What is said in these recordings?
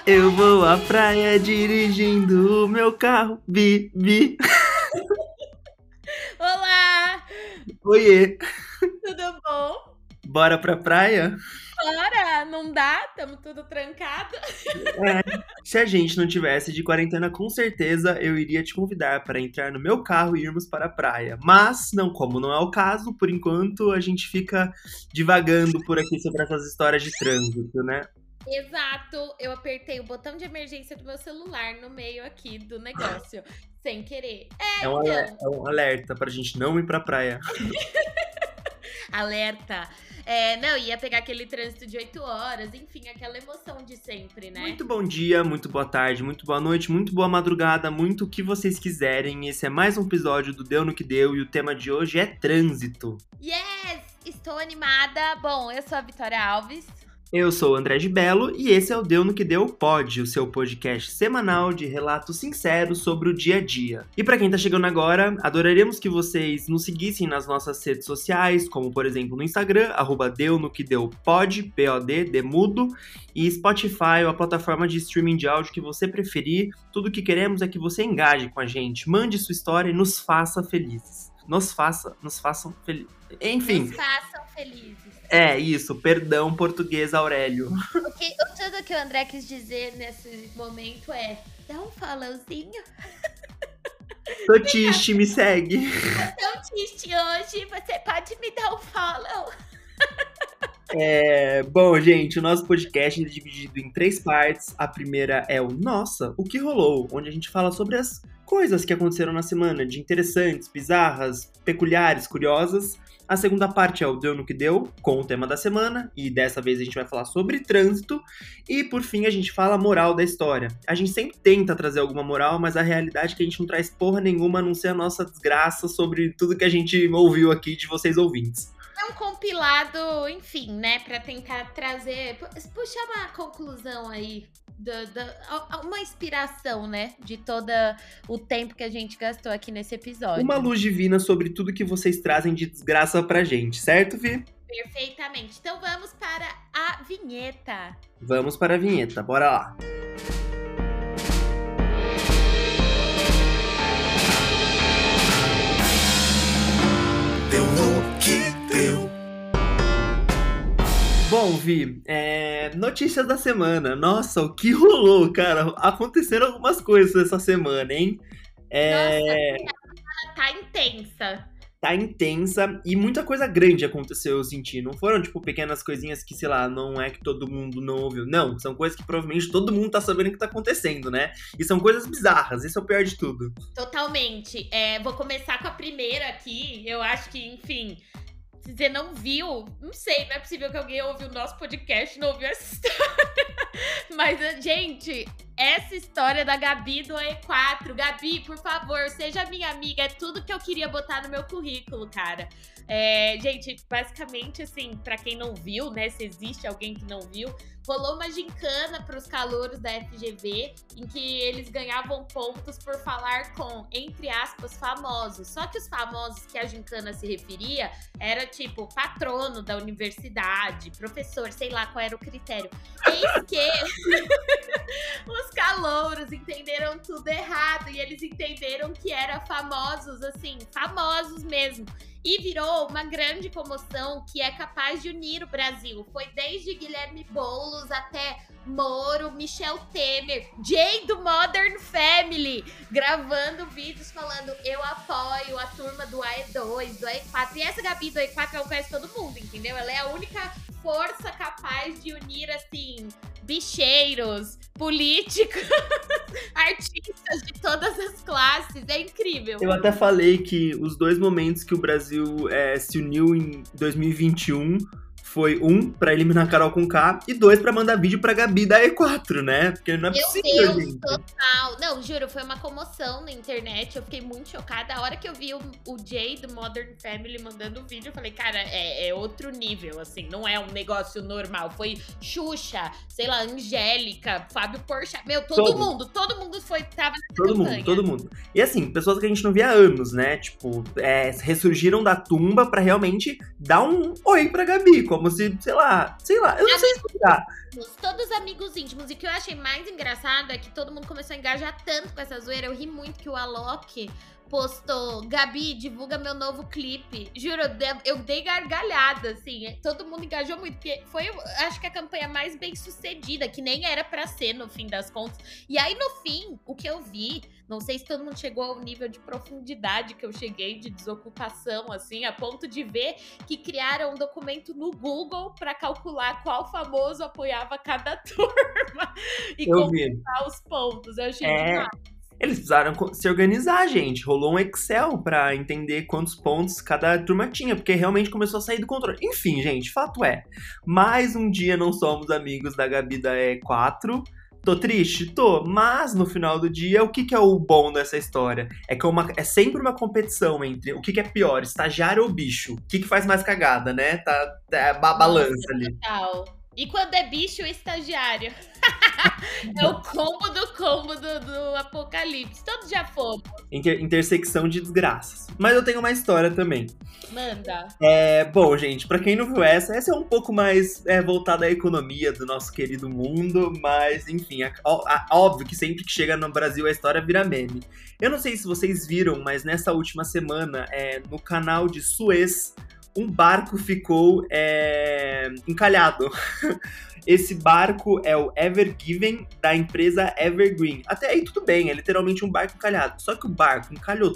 Eu vou à praia dirigindo o meu carro, bi. Olá, Oiê, tudo bom? bora pra praia? Bora, não dá? Tamo tudo trancado. É, se a gente não tivesse de quarentena, com certeza eu iria te convidar para entrar no meu carro e irmos para a praia. Mas, não, como não é o caso, por enquanto a gente fica divagando por aqui sobre essas histórias de trânsito, né? Exato, eu apertei o botão de emergência do meu celular no meio aqui do negócio, sem querer. É um Então, é um alerta pra gente não ir pra praia. alerta. Não, ia pegar aquele trânsito de 8 horas, enfim, aquela emoção de sempre, né? Muito bom dia, muito boa tarde, muito boa noite, muito boa madrugada, muito o que vocês quiserem. Esse é mais um episódio do Deu no que Deu e o tema de hoje é trânsito. Yes! Estou animada. Bom, eu sou a Vitória Alves. Eu sou o André de Bello e esse é o Deu no que Deu Pod, o seu podcast semanal de relatos sinceros sobre o dia a dia. E pra quem tá chegando agora, adoraríamos que vocês nos seguissem nas nossas redes sociais, como por exemplo no Instagram, @Deu no que Deu Pod, P-O-D, Demudo, e Spotify ou a plataforma de streaming de áudio que você preferir. Tudo que queremos é que você engaje com a gente, mande sua história e nos faça felizes. Nos façam felizes. Enfim. Nos façam felizes. É isso, perdão português Aurélio. Tudo que o André quis dizer nesse momento é: dá um followzinho. Totiche, me segue. Tão triste hoje, você pode me dar um follow? Bom, gente, o nosso podcast é dividido em 3 partes. A primeira é o Nossa, o que rolou? Onde a gente fala sobre as coisas que aconteceram na semana, de interessantes, bizarras, peculiares, curiosas. A segunda parte é o Deu no que Deu, com o tema da semana, e dessa vez a gente vai falar sobre trânsito. E por fim a gente fala a moral da história. A gente sempre tenta trazer alguma moral, mas a realidade é que a gente não traz porra nenhuma, a não ser a nossa desgraça sobre tudo que a gente ouviu aqui de vocês ouvintes. É um compilado, enfim, né, pra tentar trazer, puxar uma conclusão aí, uma inspiração, né, de todo o tempo que a gente gastou aqui nesse episódio. Uma luz divina sobre tudo que vocês trazem de desgraça pra gente, certo, Vi? Perfeitamente. Então vamos para a vinheta. Vamos para a vinheta, bora lá. Deu no que deu. Bom, Vi, notícias da semana. Nossa, o que rolou, cara? Aconteceram algumas coisas essa semana, hein? Nossa, tá intensa. Tá intensa e muita coisa grande aconteceu, eu senti. Não foram, tipo, pequenas coisinhas que, sei lá, não é que todo mundo não ouviu. Não, são coisas que provavelmente todo mundo tá sabendo que tá acontecendo, né? E são coisas bizarras, esse é o pior de tudo. Totalmente. Vou começar com a primeira aqui. Eu acho que, enfim, se você não viu, não sei, não é possível que alguém ouviu o nosso podcast e não ouviu essa história. Mas, gente, essa história da Gabi do E4. Gabi, por favor, seja minha amiga. É tudo que eu queria botar no meu currículo, cara. Gente, basicamente, assim, pra quem não viu, né, se existe alguém que não viu, rolou uma gincana pros calouros da FGV, em que eles ganhavam pontos por falar com, entre aspas, famosos. Só que os famosos que a gincana se referia era, tipo, patrono da universidade, professor, sei lá qual era o critério. Eis que os calouros entenderam tudo errado e eles entenderam que era famosos, assim, famosos mesmo. E virou uma grande comoção que é capaz de unir o Brasil. Foi desde Guilherme Boulos até Moro, Michel Temer, Jay do Modern Family, gravando vídeos falando: eu apoio a turma do AE2, do AE4. E essa Gabi do AE4, ela conhece todo mundo, entendeu? Ela é a única força capaz de unir, assim, bicheiros, políticos, artistas de todas as classes. É incrível. Eu até falei que os 2 momentos que o Brasil se uniu em 2021 foi 1 pra eliminar a Carol Conká e 2 pra mandar vídeo pra Gabi da E4, né? Porque não é possível, Meu Deus, gente. total. Não, juro, foi uma comoção na internet. Eu fiquei muito chocada. A hora que eu vi o Jay do Modern Family mandando o vídeo, eu falei, cara, é outro nível, assim. Não é um negócio normal. Foi Xuxa, sei lá, Angélica, Fábio Porchat. Meu, todo mundo tava nessa campanha. Todo mundo. E assim, pessoas que a gente não via há anos, né? Tipo, ressurgiram da tumba pra realmente dar um oi pra Gabi, como como se, sei lá, eu não sei explicar. Todos amigos íntimos. E o que eu achei mais engraçado é que todo mundo começou a engajar tanto com essa zoeira. Eu ri muito que o Alok postou: Gabi, divulga meu novo clipe. Juro, eu dei gargalhada, assim. Todo mundo engajou muito, porque foi, acho que a campanha mais bem sucedida, que nem era pra ser, no fim das contas. E aí, no fim, o que eu vi, não sei se todo mundo chegou ao nível de profundidade que eu cheguei, de desocupação, assim, a ponto de ver que criaram um documento no Google pra calcular qual famoso apoiava cada turma e computar os pontos. Eu achei demais. Eles precisaram se organizar, gente. Rolou um Excel pra entender quantos pontos cada turma tinha, porque realmente começou a sair do controle. Enfim, gente, fato é, mais um dia não somos amigos da Gabi da E4. Tô triste? Tô. Mas, no final do dia, o que é o bom dessa história? É que é sempre uma competição entre o que é pior, estagiário ou bicho. O que faz mais cagada, né? Tá a balança ali. Total. E quando é bicho, é estagiário. É o combo do apocalipse. Todos já foram. Intersecção de desgraças. Mas eu tenho uma história também. Manda. Bom, gente, pra quem não viu essa é um pouco mais voltada à economia do nosso querido mundo, mas, enfim, óbvio que sempre que chega no Brasil a história vira meme. Eu não sei se vocês viram, mas nessa última semana, no canal de Suez, um barco ficou encalhado. Esse barco é o Ever Given, da empresa Evergreen. Até aí tudo bem, é literalmente um barco encalhado. Só que o barco encalhou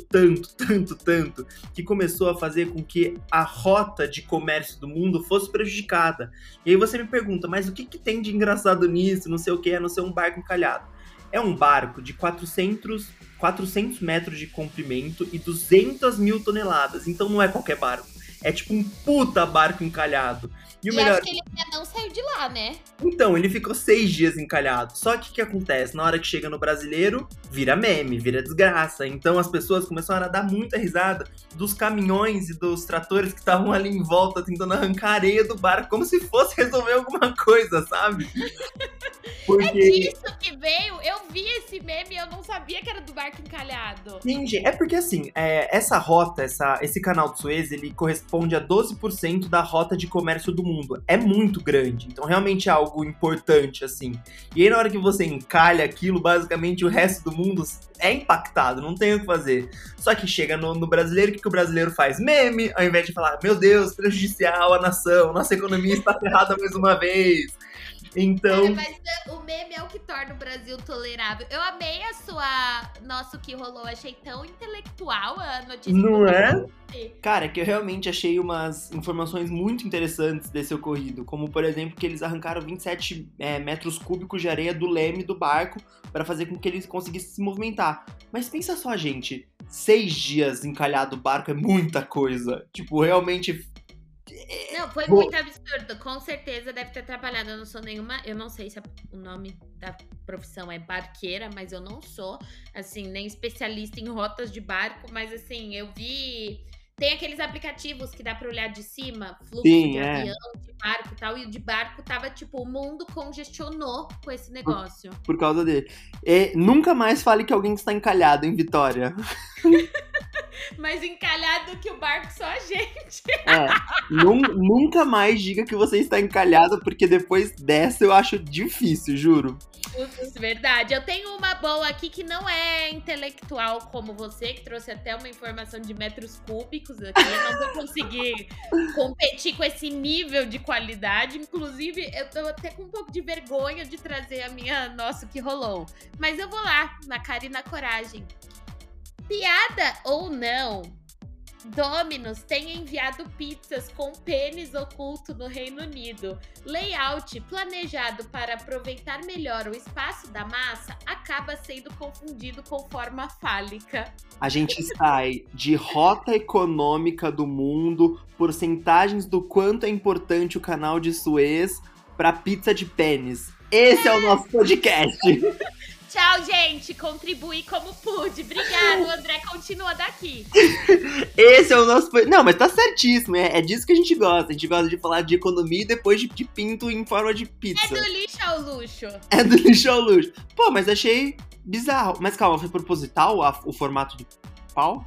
tanto, que começou a fazer com que a rota de comércio do mundo fosse prejudicada. E aí você me pergunta, mas o que tem de engraçado nisso? Não sei o que, a não ser um barco encalhado. É um barco de 400 metros de comprimento e 200 mil toneladas. Então não é qualquer barco. É tipo um puta barco encalhado. E acho que ele ainda não saiu de lá, né? Então, ele ficou 6 dias encalhado. Só que o que acontece? Na hora que chega no brasileiro, vira meme, vira desgraça. Então as pessoas começaram a dar muita risada dos caminhões e dos tratores que estavam ali em volta, tentando arrancar areia do barco, como se fosse resolver alguma coisa, sabe? Porque... É disso que veio. Eu vi esse meme e eu não sabia que era do barco encalhado. Sim, gente, é porque assim, essa rota, esse canal de Suez, ele corresponde a 12% da rota de comércio do mundo. É muito grande, então realmente é algo importante, assim. E aí na hora que você encalha aquilo, basicamente o resto do mundo é impactado, não tem o que fazer. Só que chega no brasileiro, o que o brasileiro faz? Meme, ao invés de falar, meu Deus, prejudicial à nação, nossa economia está ferrada mais uma vez. Então... mas o meme é o que torna o Brasil tolerável. Eu amei nossa, o que rolou. Achei tão intelectual a notícia. Não é? Cara, é que eu realmente achei umas informações muito interessantes desse ocorrido. Como, por exemplo, que eles arrancaram 27 metros cúbicos de areia do leme do barco para fazer com que eles conseguissem se movimentar. Mas pensa só, gente. 6 dias encalhado o barco é muita coisa. Tipo, realmente... Não, foi muito absurdo. Com certeza deve ter atrapalhado. Eu não sei se o nome da profissão é barqueira, mas eu não sou, assim, nem especialista em rotas de barco, mas assim, eu vi... Tem aqueles aplicativos que dá pra olhar de cima, fluxo de avião, de barco e tal, e o de barco tava, tipo, o mundo congestionou com esse negócio. Por causa dele. Nunca mais fale que alguém está encalhado em Vitória. Mais encalhado que o barco, só a gente. Nunca mais diga que você está encalhado, porque depois dessa eu acho difícil, juro. Verdade. Eu tenho uma boa aqui que não é intelectual como você, que trouxe até uma informação de metros cúbicos aqui. Eu não vou conseguir competir com esse nível de qualidade. Inclusive, eu tô até com um pouco de vergonha de trazer a minha nossa, o que rolou. Mas eu vou lá, na cara e na coragem. Piada ou não, Domino's tem enviado pizzas com pênis oculto no Reino Unido. Layout planejado para aproveitar melhor o espaço da massa acaba sendo confundido com forma fálica. A gente sai de rota econômica do mundo, porcentagens do quanto é importante o canal de Suez, para pizza de pênis. Esse é o nosso podcast. Tchau, gente. Contribuí como pude. Obrigado, André. Continua daqui. Esse é o nosso... Não, mas tá certíssimo. É disso que a gente gosta. A gente gosta de falar de economia e depois de pinto em forma de pizza. É do lixo ao luxo. É do lixo ao luxo. Pô, mas achei bizarro. Mas calma, foi proposital o formato de pau?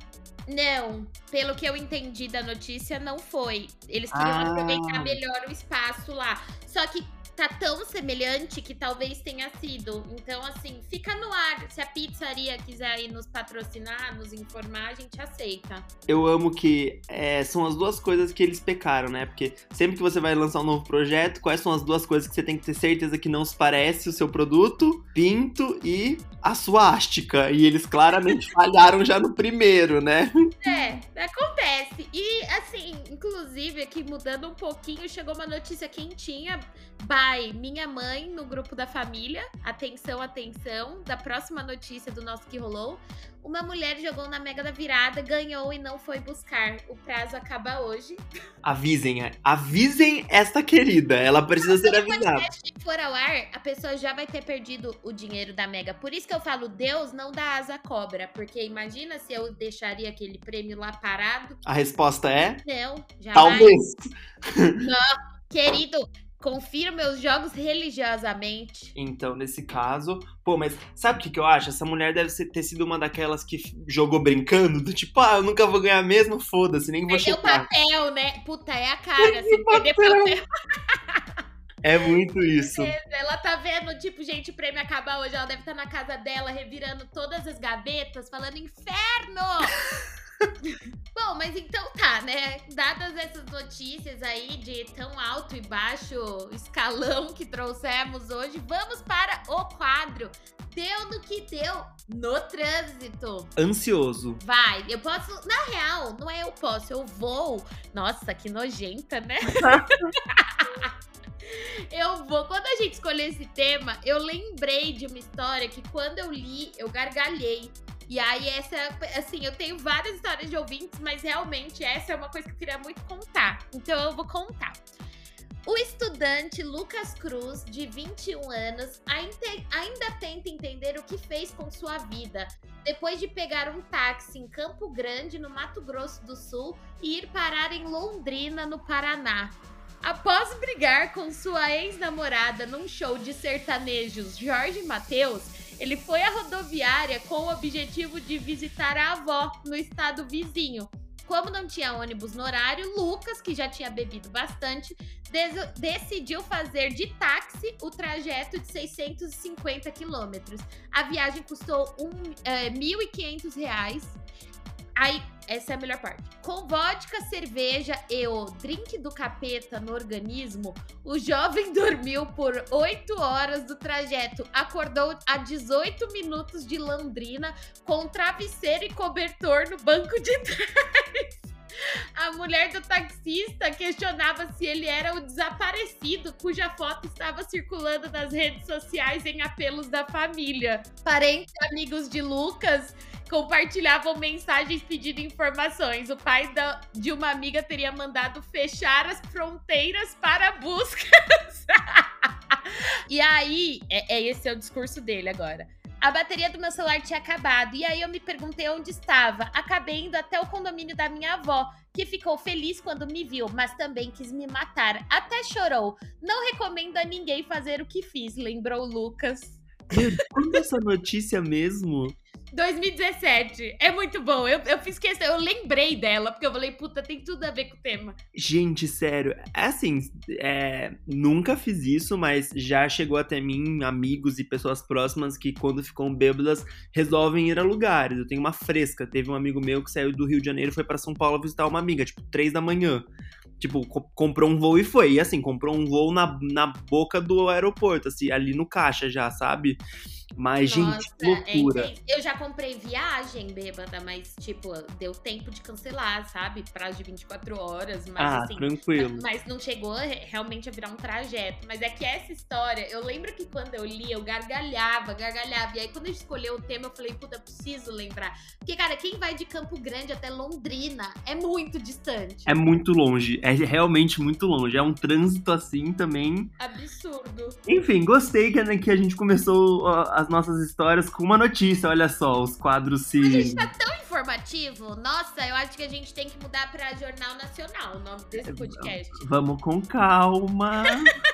Não, pelo que eu entendi da notícia, não foi. Eles queriam aproveitar melhor o espaço lá. Só que tá tão semelhante que talvez tenha sido. Então, assim, fica no ar. Se a pizzaria quiser ir nos patrocinar, nos informar, a gente aceita. Eu amo que são as duas coisas que eles pecaram, né? Porque sempre que você vai lançar um novo projeto, quais são as duas coisas que você tem que ter certeza que não se parece o seu produto? Pinto e a suástica. E eles claramente falharam já no primeiro, né? Acontece. E, assim, inclusive, aqui mudando um pouquinho, chegou uma notícia quentinha by minha mãe no grupo da família. Atenção, atenção. Da próxima notícia do nosso Que Rolou. Uma mulher jogou na Mega da Virada, ganhou e não foi buscar. O prazo acaba hoje. Avisem esta querida. Ela precisa ser avisada. Se for ao ar, a pessoa já vai ter perdido o dinheiro da Mega. Por isso que eu falo, Deus não dá asa à cobra. Porque imagina se eu deixaria aquele prêmio lá parado. A resposta é? Não, jamais. Talvez. Não, querido. Confiro meus jogos religiosamente. Então, nesse caso... Pô, mas sabe o que eu acho? Essa mulher deve ter sido uma daquelas que jogou brincando, do tipo, eu nunca vou ganhar mesmo, foda-se, nem vou checar. Perdeu papel, né? Puta, é a cara, se perder papel. É muito isso. Ela tá vendo, tipo, gente, o prêmio acaba hoje, ela deve estar na casa dela, revirando todas as gavetas, falando, inferno! Bom, mas então tá, né? Dadas essas notícias aí de tão alto e baixo escalão que trouxemos hoje, vamos para o quadro Deu no que deu no trânsito. Ansioso. Vai, eu posso... Na real, não é eu posso, eu vou. Nossa, que nojenta, né? Eu vou. Quando a gente escolheu esse tema, eu lembrei de uma história que quando eu li, eu gargalhei. E aí, essa, assim, eu tenho várias histórias de ouvintes, mas realmente essa é uma coisa que eu queria muito contar. Então eu vou contar. O estudante Lucas Cruz, de 21 anos, ainda tenta entender o que fez com sua vida, depois de pegar um táxi em Campo Grande, no Mato Grosso do Sul, e ir parar em Londrina, no Paraná. Após brigar com sua ex-namorada num show de sertanejos Jorge Mateus, ele foi à rodoviária com o objetivo de visitar a avó no estado vizinho. Como não tinha ônibus no horário, Lucas, que já tinha bebido bastante, decidiu fazer de táxi o trajeto de 650 quilômetros. A viagem custou R$1.500. Aí, essa é a melhor parte. Com vodka, cerveja e o drink do capeta no organismo, o jovem dormiu por 8 horas do trajeto. Acordou a 18 minutos de Londrina com travesseiro e cobertor no banco de trás. A mulher do taxista questionava se ele era o desaparecido, cuja foto estava circulando nas redes sociais em apelos da família. Parentes e amigos de Lucas compartilhavam mensagens pedindo informações. O pai de uma amiga teria mandado fechar as fronteiras para buscas. E aí, esse é o discurso dele agora. A bateria do meu celular tinha acabado, e aí eu me perguntei onde estava. Acabei indo até o condomínio da minha avó, que ficou feliz quando me viu, mas também quis me matar. Até chorou. Não recomendo a ninguém fazer o que fiz, lembrou Lucas. Quando essa notícia mesmo? 2017. É muito bom. Eu fiz questão, eu lembrei dela, porque eu falei, puta, tem tudo a ver com o tema. Gente, sério, nunca fiz isso, mas já chegou até mim amigos e pessoas próximas que quando ficam bêbadas resolvem ir a lugares. Eu tenho uma fresca, teve um amigo meu que saiu do Rio de Janeiro e foi pra São Paulo visitar uma amiga, tipo, 3 da manhã. Tipo, comprou um voo e foi. E assim, comprou um voo na boca do aeroporto, assim, ali no caixa já, sabe? Mas, nossa, gente, que loucura. Eu já comprei viagem bêbada, mas, tipo, deu tempo de cancelar, sabe? Prazo de 24 horas, mas assim... tranquilo. Mas não chegou realmente a virar um trajeto. Mas é que essa história, eu lembro que quando eu li, eu gargalhava. E aí, quando eu escolhi o tema, eu falei, puta, eu preciso lembrar. Porque, cara, quem vai de Campo Grande até Londrina é muito distante. É muito longe, é realmente muito longe. É um trânsito, assim, também... absurdo. Enfim, gostei que a gente começou as nossas histórias com uma notícia, olha só, os quadros se... A gente tá tão informativo, nossa, eu acho que a gente tem que mudar pra Jornal Nacional, o nome desse podcast. Vamos com calma.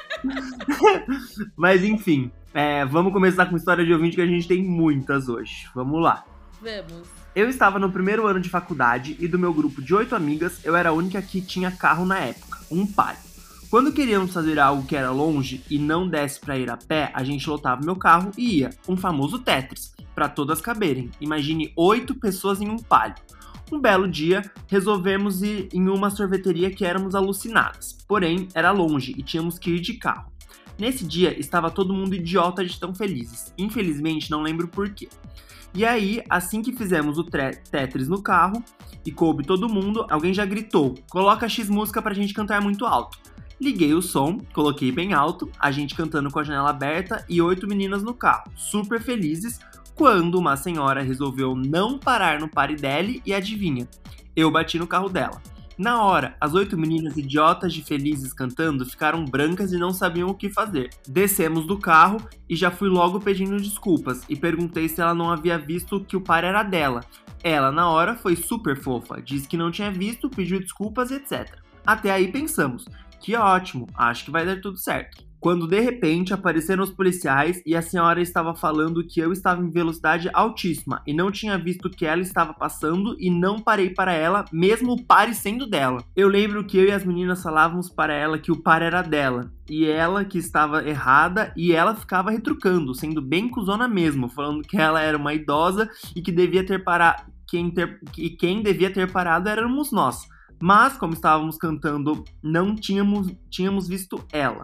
Mas enfim, vamos começar com história de ouvinte, que a gente tem muitas hoje. Vamos lá. Vamos. Eu estava no primeiro ano de faculdade e do meu grupo de 8 amigas, eu era a única que tinha carro na época, um Palio. Quando queríamos fazer algo que era longe e não desse pra ir a pé, a gente lotava meu carro e ia, um famoso Tetris, pra todas caberem. Imagine 8 pessoas em um Palio. Um belo dia, resolvemos ir em uma sorveteria que éramos alucinadas, porém era longe e tínhamos que ir de carro. Nesse dia, estava todo mundo idiota de tão felizes, infelizmente não lembro porquê. E aí, assim que fizemos o Tetris no carro e coube todo mundo, alguém já gritou, coloca X música pra gente cantar muito alto. Liguei o som, coloquei bem alto, a gente cantando com a janela aberta e 8 meninas no carro, super felizes, quando uma senhora resolveu não parar no pare dele e adivinha, eu bati no carro dela. Na hora, as 8 meninas idiotas de felizes cantando ficaram brancas e não sabiam o que fazer. Descemos do carro e já fui logo pedindo desculpas e perguntei se ela não havia visto que o par era dela. Ela, na hora, foi super fofa, disse que não tinha visto, pediu desculpas, etc. Até aí pensamos, que ótimo, acho que vai dar tudo certo. Quando de repente apareceram os policiais e a senhora estava falando que eu estava em velocidade altíssima e não tinha visto o que ela estava passando e não parei para ela, mesmo o pare sendo dela. Eu lembro que eu e as meninas falávamos para ela que o par era dela e ela que estava errada e ela ficava retrucando, sendo bem cuzona mesmo, falando que ela era uma idosa e que devia ter parado, quem devia ter parado éramos nós. Mas, como estávamos cantando, não tínhamos visto ela.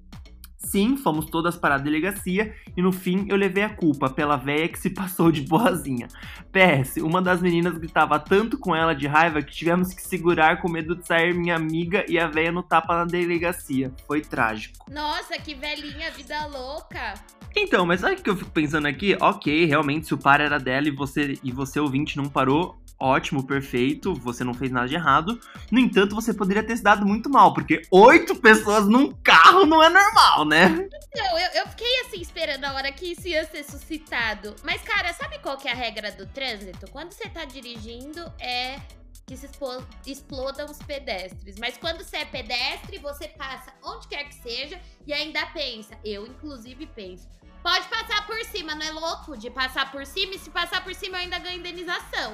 Sim, fomos todas para a delegacia e no fim eu levei a culpa pela véia que se passou de boazinha. PS, uma das meninas gritava tanto com ela de raiva que tivemos que segurar com medo de sair minha amiga e a véia no tapa na delegacia. Foi trágico. Nossa, que velhinha, vida louca. Então, mas sabe o que eu fico pensando aqui? Ok, realmente, se o par era dela e você ouvinte não parou, ótimo, perfeito, você não fez nada de errado. No entanto, você poderia ter se dado muito mal, porque 8 pessoas num carro não é normal, né? Então, eu fiquei assim esperando a hora que isso ia ser suscitado. Mas, cara, sabe qual que é a regra do trânsito? Quando você tá dirigindo, é que se explodam os pedestres. Mas quando você é pedestre, você passa onde quer que seja e ainda pensa. Eu, inclusive, penso. Pode passar por cima, não é louco de passar por cima? E se passar por cima, eu ainda ganho indenização.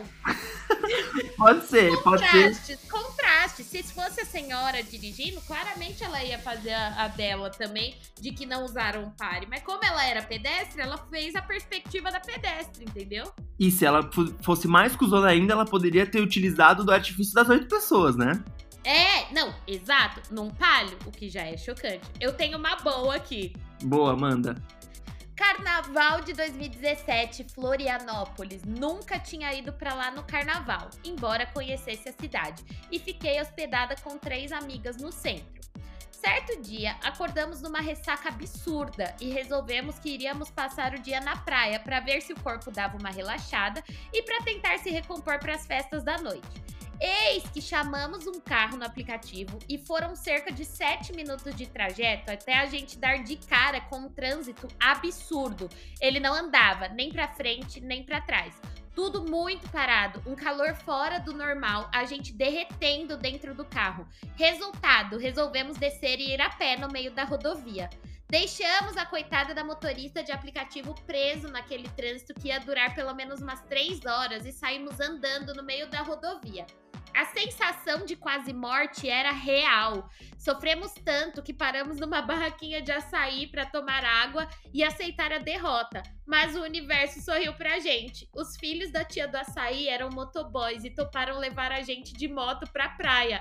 Pode ser. Contraste. Se fosse a senhora dirigindo, claramente ela ia fazer a dela também, de que não usaram o pare. Mas como ela era pedestre, ela fez a perspectiva da pedestre, entendeu? E se ela fosse mais cuzona ainda, ela poderia ter utilizado do artifício das 8 pessoas, né? Não, exato. Num Palio, o que já é chocante. Eu tenho uma boa aqui. Boa, manda. Carnaval de 2017, Florianópolis. Nunca tinha ido pra lá no carnaval, embora conhecesse a cidade. E fiquei hospedada com 3 amigas no centro. Certo dia, acordamos numa ressaca absurda e resolvemos que iríamos passar o dia na praia para ver se o corpo dava uma relaxada e para tentar se recompor para as festas da noite. Eis que chamamos um carro no aplicativo e foram cerca de 7 minutos de trajeto até a gente dar de cara com um trânsito absurdo. Ele não andava nem pra frente nem pra trás. Tudo muito parado, um calor fora do normal, a gente derretendo dentro do carro. Resultado, resolvemos descer e ir a pé no meio da rodovia. Deixamos a coitada da motorista de aplicativo preso naquele trânsito que ia durar pelo menos umas 3 horas e saímos andando no meio da rodovia. A sensação de quase morte era real. Sofremos tanto que paramos numa barraquinha de açaí para tomar água e aceitar a derrota. Mas o universo sorriu pra gente. Os filhos da tia do açaí eram motoboys e toparam levar a gente de moto pra praia.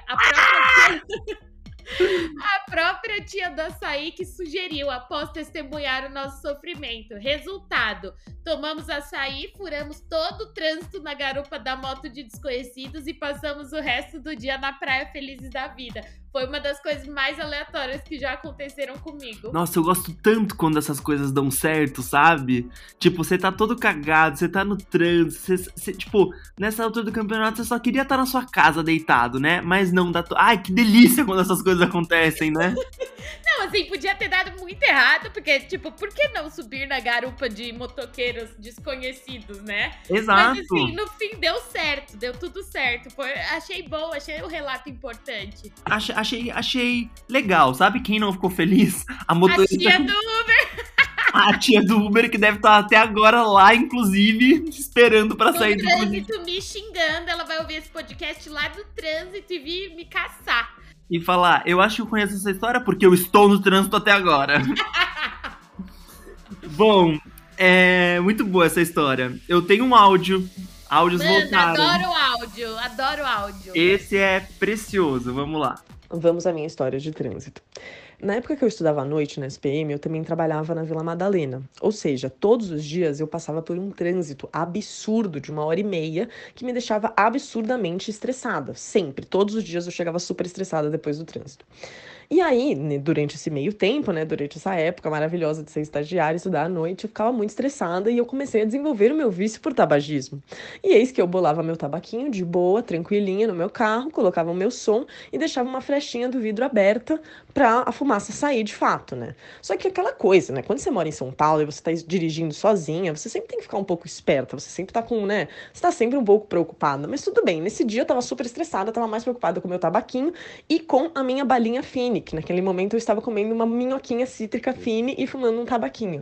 A própria tia do açaí que sugeriu após testemunhar o nosso sofrimento. Resultado, tomamos açaí, furamos todo o trânsito na garupa da moto de desconhecidos e passamos o resto do dia na praia felizes da vida. Foi uma das coisas mais aleatórias que já aconteceram comigo. Nossa, eu gosto tanto quando essas coisas dão certo, sabe? Tipo, você tá todo cagado, você tá no trânsito, você, tipo, nessa altura do campeonato você só queria estar na sua casa deitado, né? Mas não dá... Ai, que delícia quando essas coisas acontecem, né? Não, assim, podia ter dado muito errado, porque, tipo, por que não subir na garupa de motoqueiros desconhecidos, né? Exato. Mas, assim, no fim deu certo, deu tudo certo. Achei bom, achei o relato importante. Achei legal, sabe quem não ficou feliz? A motorista. A tia do Uber. A tia do Uber que deve estar até agora lá, inclusive, esperando pra sair no do trânsito me xingando, ela vai ouvir esse podcast lá do trânsito e vir me caçar. E falar, eu acho que eu conheço essa história porque eu estou no trânsito até agora. Bom, é muito boa essa história. Eu tenho um áudios voltaram. Adoro áudio. Esse é precioso, vamos lá. Vamos à minha história de trânsito. Na época que eu estudava à noite na SPM, eu também trabalhava na Vila Madalena. Ou seja, todos os dias eu passava por um trânsito absurdo de 1h30 que me deixava absurdamente estressada. Sempre, todos os dias eu chegava super estressada depois do trânsito. E aí, durante esse meio tempo, durante essa época maravilhosa de ser estagiária e estudar à noite, eu ficava muito estressada e eu comecei a desenvolver o meu vício por tabagismo. E eis que eu bolava meu tabaquinho de boa, tranquilinha no meu carro, colocava o meu som e deixava uma frestinha do vidro aberta pra a fumaça sair de fato, né? Só que aquela coisa, quando você mora em São Paulo e você tá dirigindo sozinha, você sempre tem que ficar um pouco esperta, você sempre tá você tá sempre um pouco preocupada. Mas tudo bem, nesse dia eu tava super estressada, tava mais preocupada com o meu tabaquinho e com a minha balinha fine, que naquele momento eu estava comendo uma minhoquinha cítrica fine e fumando um tabaquinho.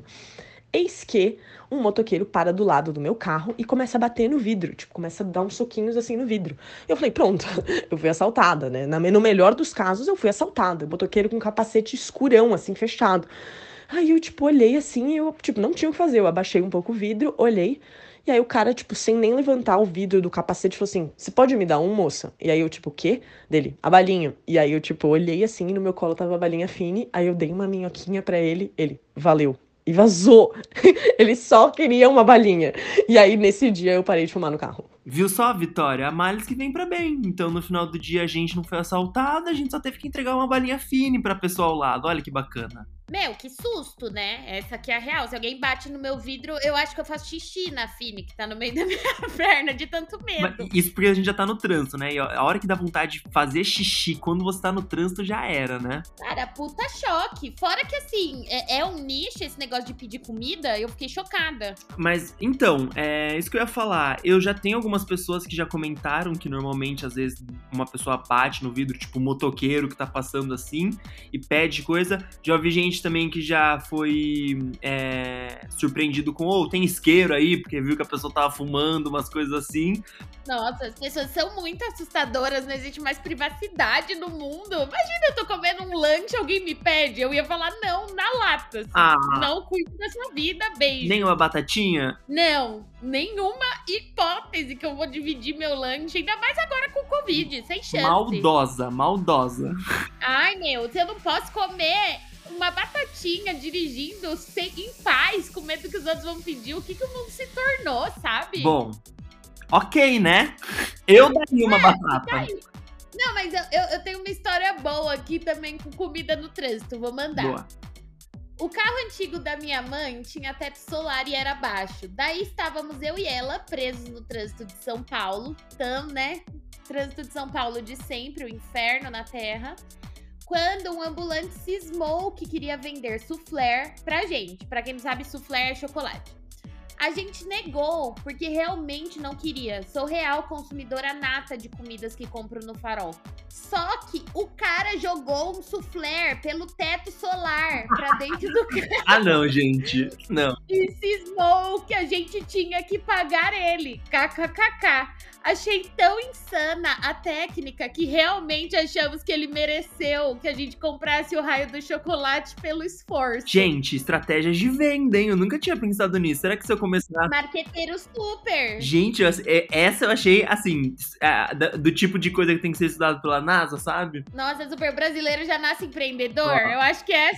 Eis que um motoqueiro para do lado do meu carro e começa a bater no vidro, começa a dar uns soquinhos assim no vidro. Eu falei, pronto, eu fui assaltada, No melhor dos casos, eu fui assaltada. O motoqueiro com um capacete escurão, assim, fechado. Aí eu, olhei assim, eu, não tinha o que fazer. Eu abaixei um pouco o vidro, olhei. E aí o cara, sem nem levantar o vidro do capacete, falou assim, você pode me dar um, moça? E aí eu, o quê? Dele, a balinha. E aí eu, olhei assim, e no meu colo tava a balinha fine, aí eu dei uma minhoquinha pra ele, valeu. E vazou. Ele só queria uma balinha. E aí, nesse dia, eu parei de fumar no carro. Viu só, Vitória? Há males que vem pra bem. Então, no final do dia, a gente não foi assaltada, a gente só teve que entregar uma balinha fine pra pessoa ao lado. Olha que bacana. Meu, que susto, né? Essa aqui é a real. Se alguém bate no meu vidro, eu acho que eu faço xixi na Fini, que tá no meio da minha perna, de tanto medo. Mas isso porque a gente já tá no trânsito, né? E a hora que dá vontade de fazer xixi quando você tá no trânsito já era, né? Cara, puta choque. Fora que, assim, é um nicho esse negócio de pedir comida, eu fiquei chocada. Mas, então, é isso que eu ia falar. Eu já tenho algumas pessoas que já comentaram que normalmente, às vezes, uma pessoa bate no vidro, tipo um motoqueiro que tá passando assim e pede coisa. Já ouvi gente também que já foi surpreendido com, tem isqueiro aí, porque viu que a pessoa tava fumando, umas coisas assim. Nossa, as pessoas são muito assustadoras, não existe mais privacidade no mundo. Imagina, eu tô comendo um lanche, alguém me pede, eu ia falar não, na lata. Assim. Não cuido da sua vida, beijo. Nem uma batatinha? Não, nenhuma hipótese que eu vou dividir meu lanche, ainda mais agora com o Covid, sem chance. Maldosa. Ai, meu, se eu não posso comer uma batatinha dirigindo em paz, com medo que os outros vão pedir, o que o mundo se tornou, sabe? Bom, ok, né? Eu daria uma batata. Tá. Não, mas eu tenho uma história boa aqui também com comida no trânsito, vou mandar. Boa. O carro antigo da minha mãe tinha teto solar e era baixo. Daí estávamos eu e ela presos no trânsito de São Paulo. Trânsito de São Paulo de sempre, o inferno na terra. Quando um ambulante cismou que queria vender soufflé pra gente. Pra quem não sabe, soufflé é chocolate. A gente negou, porque realmente não queria. Sou real consumidora nata de comidas que compro no Farol. Só que o cara jogou um soufflé pelo teto solar pra dentro do carro. Ah, não, gente. Não. E cismou que a gente tinha que pagar ele. KKKK. Achei tão insana a técnica que realmente achamos que ele mereceu que a gente comprasse o raio do chocolate pelo esforço. Gente, estratégias de venda, hein? Eu nunca tinha pensado nisso. Será que se eu começar... Marqueteiro super. Gente, essa eu achei, assim, do tipo de coisa que tem que ser estudado pela NASA, sabe? Nossa, super brasileiro já nasce empreendedor. Eu acho que essa...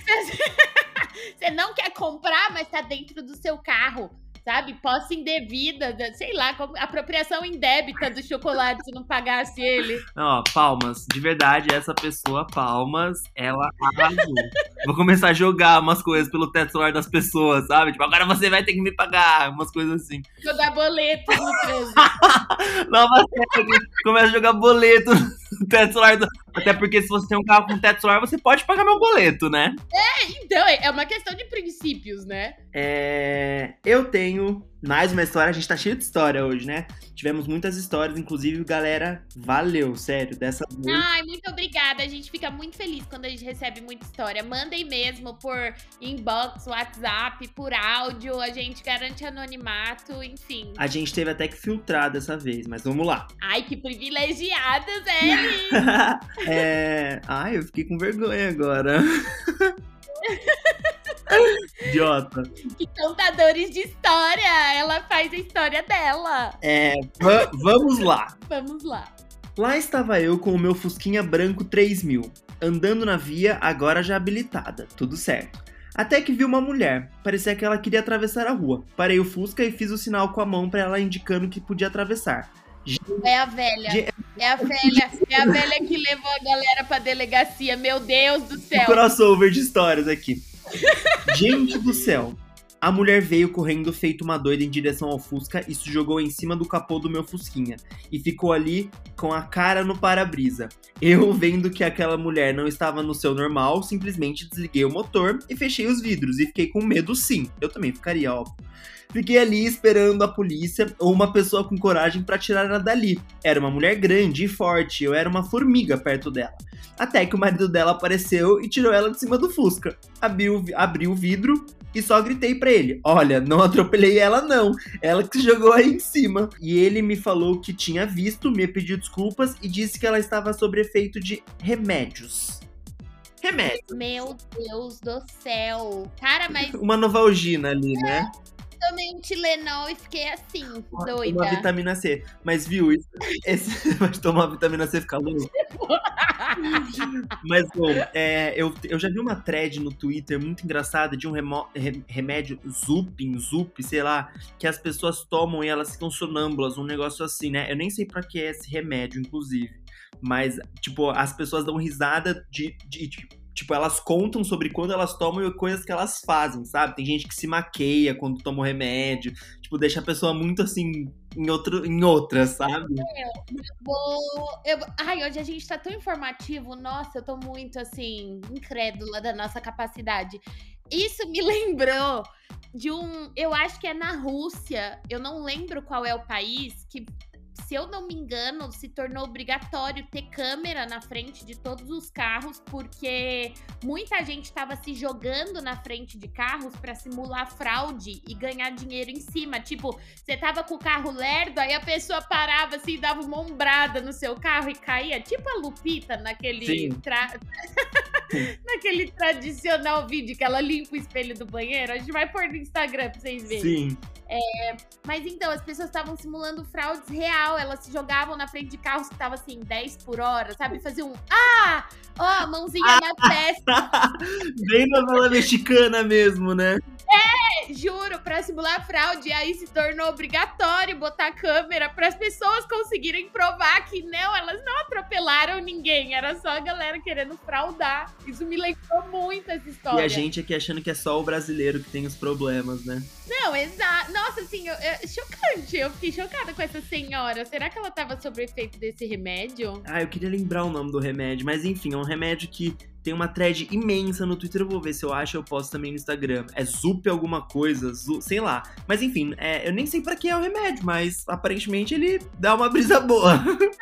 Você não quer comprar, mas tá dentro do seu carro. Sabe? Posse indevida, sei lá, apropriação indébita do chocolate se não pagasse ele. Ó, palmas. De verdade, essa pessoa, palmas, ela arrasou. Vou começar a jogar umas coisas pelo teto solar das pessoas, sabe? Tipo, agora você vai ter que me pagar, umas coisas assim. Jogar boleto no trânsito. Nova série. Começa a jogar boleto no teto solar. Até porque se você tem um carro com teto solar, você pode pagar meu boleto, né? Então, é uma questão de princípios, né? Eu tenho Mais uma história, a gente tá cheio de história hoje, né? Tivemos muitas histórias, inclusive, galera, valeu, sério, dessa vez. Ai, muito obrigada. A gente fica muito feliz quando a gente recebe muita história. Mandem mesmo por inbox, WhatsApp, por áudio. A gente garante anonimato, enfim. A gente teve até que filtrar dessa vez, mas vamos lá. Ai, que privilegiadas, Ellen! Ai, eu fiquei com vergonha agora. Idiota. Que contadores de história! Ela faz a história dela. Vamos lá. Vamos lá. Lá estava eu com o meu Fusquinha branco 3000, andando na via, agora já habilitada, tudo certo. Até que vi uma mulher, parecia que ela queria atravessar a rua. Parei o Fusca e fiz o sinal com a mão pra ela indicando que podia atravessar. É a velha. É a velha que levou a galera pra delegacia. Meu Deus do céu. Crossover de histórias aqui. Gente do céu. A mulher veio correndo feito uma doida em direção ao Fusca e se jogou em cima do capô do meu Fusquinha. E ficou ali com a cara no para-brisa. Eu, vendo que aquela mulher não estava no seu normal, simplesmente desliguei o motor e fechei os vidros. E fiquei com medo sim. Eu também ficaria, óbvio. Fiquei ali esperando a polícia ou uma pessoa com coragem pra tirar ela dali. Era uma mulher grande e forte, eu era uma formiga perto dela. Até que o marido dela apareceu e tirou ela de cima do Fusca. Abri o vidro e só gritei pra ele: olha, não atropelei ela não, ela que se jogou aí em cima. E ele me falou que tinha visto, me pediu desculpas e disse que ela estava sob efeito de remédios. Remédio. Meu Deus do céu. Cara, mas Uma Novalgina ali, né? tomei um Tilenol e fiquei assim, doida. Uma vitamina C. Mas viu, esse vai tomar vitamina C e ficar louco. Mas, bom, eu já vi uma thread no Twitter muito engraçada de um remédio Zup, sei lá, que as pessoas tomam e elas ficam sonâmbulas, um negócio assim, né? Eu nem sei pra que é esse remédio, inclusive. Mas, tipo, as pessoas dão risada tipo, elas contam sobre quando elas tomam e coisas que elas fazem, sabe? Tem gente que se maqueia quando toma o remédio. Tipo, deixa a pessoa muito, assim, em outra, sabe? Ai, hoje a gente tá tão informativo. Nossa, eu tô muito, assim, incrédula da nossa capacidade. Isso me lembrou de eu acho que é na Rússia, eu não lembro qual é o país, que, se eu não me engano, se tornou obrigatório ter câmera na frente de todos os carros, porque muita gente estava se jogando na frente de carros para simular fraude e ganhar dinheiro em cima. Tipo, você tava com o carro lerdo, aí a pessoa parava assim, dava uma ombrada no seu carro e caía, tipo a Lupita naquele naquele tradicional vídeo que ela limpa o espelho do banheiro. A gente vai pôr no Instagram pra vocês verem. Sim. Mas então, as pessoas estavam simulando fraudes real. Elas se jogavam na frente de carros que estavam assim, 10 por hora, sabe? Faziam mãozinha na testa. Bem novela mexicana mesmo, né? Juro, pra simular fraude. Aí se tornou obrigatório botar câmera para as pessoas conseguirem provar que não, elas não atropelaram ninguém. Era só a galera querendo fraudar. Isso me lembrou muito essa história. E a gente aqui achando que é só o brasileiro que tem os problemas, né? Não, exato. Nossa, assim, chocante. Eu fiquei chocada com essa senhora. Será que ela tava sob efeito desse remédio? Eu queria lembrar o nome do remédio, mas enfim, é um remédio que tem uma thread imensa no Twitter, eu vou ver se eu acho, eu posto também no Instagram. É Zup alguma coisa, sei lá. Mas enfim, eu nem sei pra que é o remédio, mas aparentemente ele dá uma brisa boa.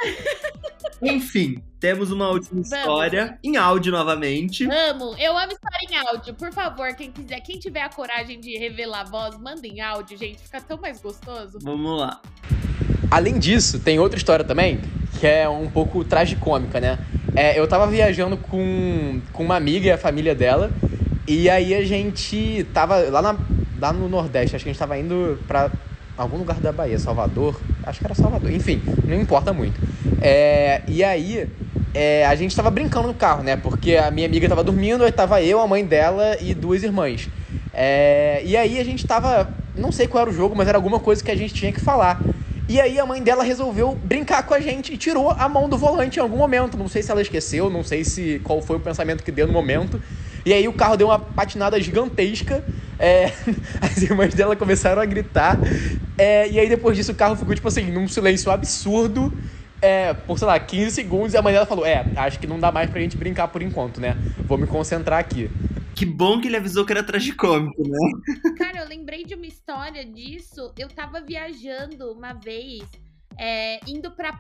Enfim, temos uma última história em áudio novamente. Eu amo história em áudio. Por favor, quem tiver a coragem de revelar a voz, manda em áudio, gente. Fica tão mais gostoso. Vamos lá. Além disso, tem outra história também, que é um pouco tragicômica, né? Eu tava viajando com uma amiga e a família dela, e aí a gente tava lá no Nordeste, acho que a gente tava indo pra algum lugar da Bahia, Salvador, acho que era Salvador, enfim, não importa muito. E aí a gente tava brincando no carro, né? Porque a minha amiga tava dormindo, aí tava eu, a mãe dela e 2 irmãs. E aí a gente tava, não sei qual era o jogo, mas era alguma coisa que a gente tinha que falar. E aí a mãe dela resolveu brincar com a gente e tirou a mão do volante em algum momento. Não sei se ela esqueceu, não sei qual foi o pensamento que deu no momento. E aí o carro deu uma patinada gigantesca. As irmãs dela começaram a gritar. E aí depois disso o carro ficou tipo assim, num silêncio absurdo. Por, sei lá, 15 segundos. E a mãe dela falou, acho que não dá mais pra gente brincar por enquanto, né? Vou me concentrar aqui. Que bom que ele avisou que era tragicômico, né? Cara, eu lembrei de uma história história disso. Eu tava viajando uma vez, indo pra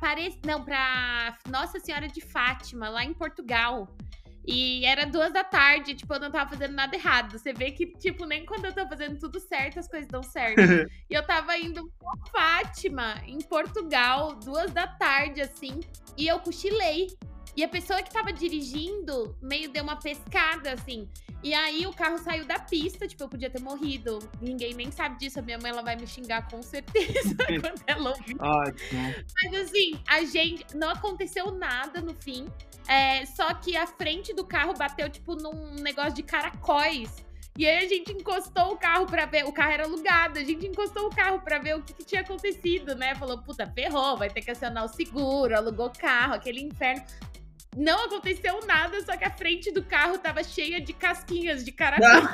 Nossa Senhora de Fátima, lá em Portugal. E era 2 da tarde, tipo, eu não tava fazendo nada errado. Você vê que, tipo, nem quando eu tô fazendo tudo certo, as coisas dão certo. E eu tava indo pra Fátima, em Portugal, 2 da tarde, assim, e eu cochilei. E a pessoa que tava dirigindo meio deu uma pescada, assim. E aí o carro saiu da pista, tipo, eu podia ter morrido. Ninguém nem sabe disso. A minha mãe, ela vai me xingar com certeza quando ela ouvir. Ótimo. Mas assim, não aconteceu nada no fim. Só que a frente do carro bateu, tipo, num negócio de caracóis. E aí a gente encostou o carro pra ver. O carro era alugado. A gente encostou o carro pra ver o que tinha acontecido, né? Falou, puta, ferrou, vai ter que acionar o seguro, alugou o carro, aquele inferno. Não aconteceu nada, só que a frente do carro tava cheia de casquinhas de caracol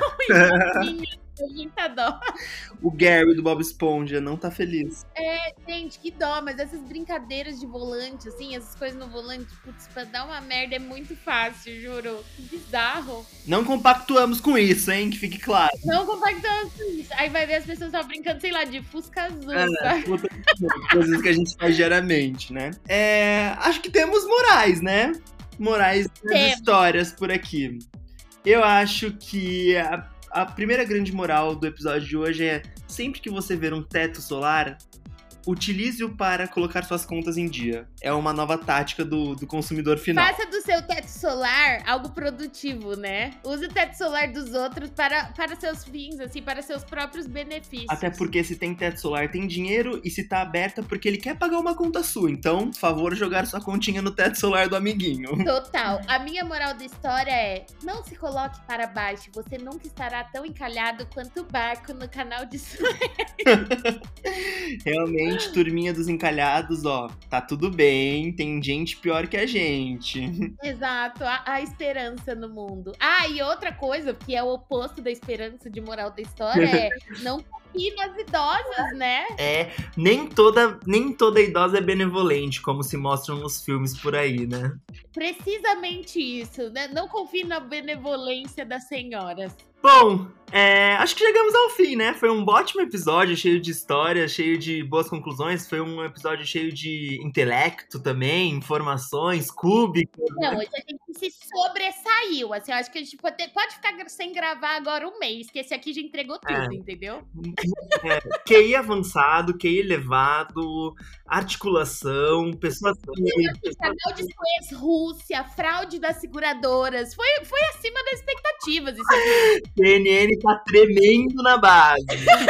e muita dó. O Gary do Bob Esponja não tá feliz. Gente, que dó, mas essas brincadeiras de volante, assim, essas coisas no volante, putz, pra dar uma merda é muito fácil, juro. Que bizarro. Não compactuamos com isso, hein? Que fique claro. Não compactamos com isso. Aí vai ver as pessoas estavam brincando, sei lá, de Fusca Azul, sabe? Coisas que a gente faz diariamente, né? Acho que temos morais, né? Morais das histórias por aqui. Eu acho que a primeira grande moral do episódio de hoje é: sempre que você ver um teto solar, utilize-o para colocar suas contas em dia. É uma nova tática do consumidor final. Faça do seu teto solar algo produtivo, né? Use o teto solar dos outros para seus fins, assim, para seus próprios benefícios. Até porque se tem teto solar, tem dinheiro, e se tá aberta porque ele quer pagar uma conta sua. Então, por favor, jogar sua continha no teto solar do amiguinho. Total. A minha moral da história é: não se coloque para baixo, você nunca estará tão encalhado quanto o barco no canal de Suez. Realmente, turminha dos encalhados, ó, tá tudo bem, tem gente pior que a gente. Exato, a esperança no mundo. E outra coisa, que é o oposto da esperança de moral da história, é não confie nas idosas, né? Nem toda idosa é benevolente, como se mostram nos filmes por aí, né? Precisamente isso, né? Não confie na benevolência das senhoras. Bom, acho que chegamos ao fim, né? Foi um ótimo episódio, cheio de histórias, cheio de boas conclusões. Foi um episódio cheio de intelecto também, informações, cúbicas. Não, hoje a gente se sobressaiu. Assim, eu acho que a gente pode ficar sem gravar agora um mês, que esse aqui já entregou tudo, entendeu? QI avançado, QI elevado, articulação, pessoas... Canal de Suez, Rússia, fraude das seguradoras. Foi acima das expectativas isso aqui. CNN tá tremendo na base.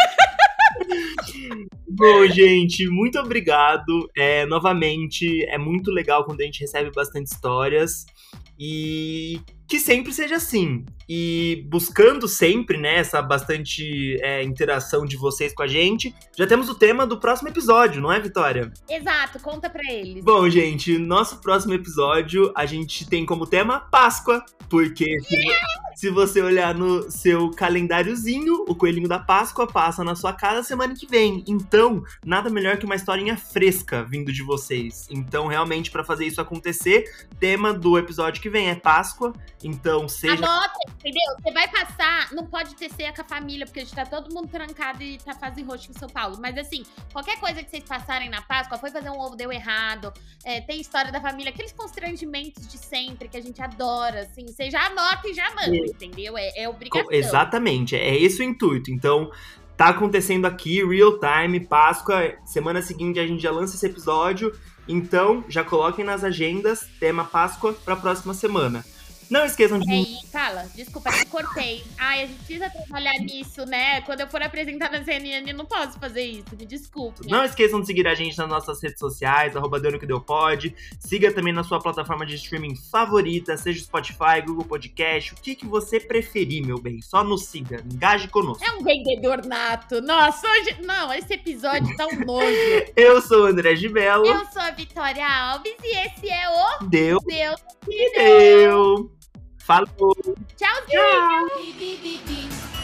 Bom, gente, muito obrigado. Novamente, é muito legal quando a gente recebe bastante histórias. E que sempre seja assim. E buscando sempre, né, essa bastante interação de vocês com a gente. Já temos o tema do próximo episódio, não é, Vitória? Exato, conta pra eles. Bom, gente, nosso próximo episódio a gente tem como tema Páscoa. Porque se você olhar no seu calendáriozinho, o coelhinho da Páscoa passa na sua casa semana que vem. Então, nada melhor que uma historinha fresca vindo de vocês. Então, realmente, pra fazer isso acontecer, tema do episódio que vem é Páscoa. Então, seja... Anota, entendeu? Você vai passar, não pode ter ceia com a família, porque a gente tá todo mundo trancado e tá fazendo roxo em São Paulo. Mas assim, qualquer coisa que vocês passarem na Páscoa, foi fazer um ovo, deu errado, tem história da família, aqueles constrangimentos de sempre que a gente adora, assim, você já anota e já manda, entendeu? É obrigação. Exatamente, é esse o intuito. Então, tá acontecendo aqui, real time, Páscoa, semana seguinte a gente já lança esse episódio. Então, já coloquem nas agendas, tema Páscoa pra próxima semana. Não esqueçam de... Fala, desculpa, eu cortei. A gente precisa trabalhar nisso, né? Quando eu for apresentar na CNN, eu não posso fazer isso, me desculpe. Não esqueçam de seguir a gente nas nossas redes sociais, @DeuNoQueDeuPod. Siga também na sua plataforma de streaming favorita, seja Spotify, Google Podcast, o que você preferir, meu bem. Só nos siga, engaje conosco. É um vendedor nato. Nossa, hoje... Não, esse episódio tá um nojo. Eu sou o André Gibello. Eu sou a Vitória Alves e esse é o... Deus que deu. Falou! Tchauzinho!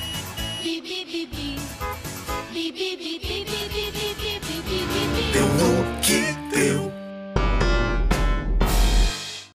Tchau.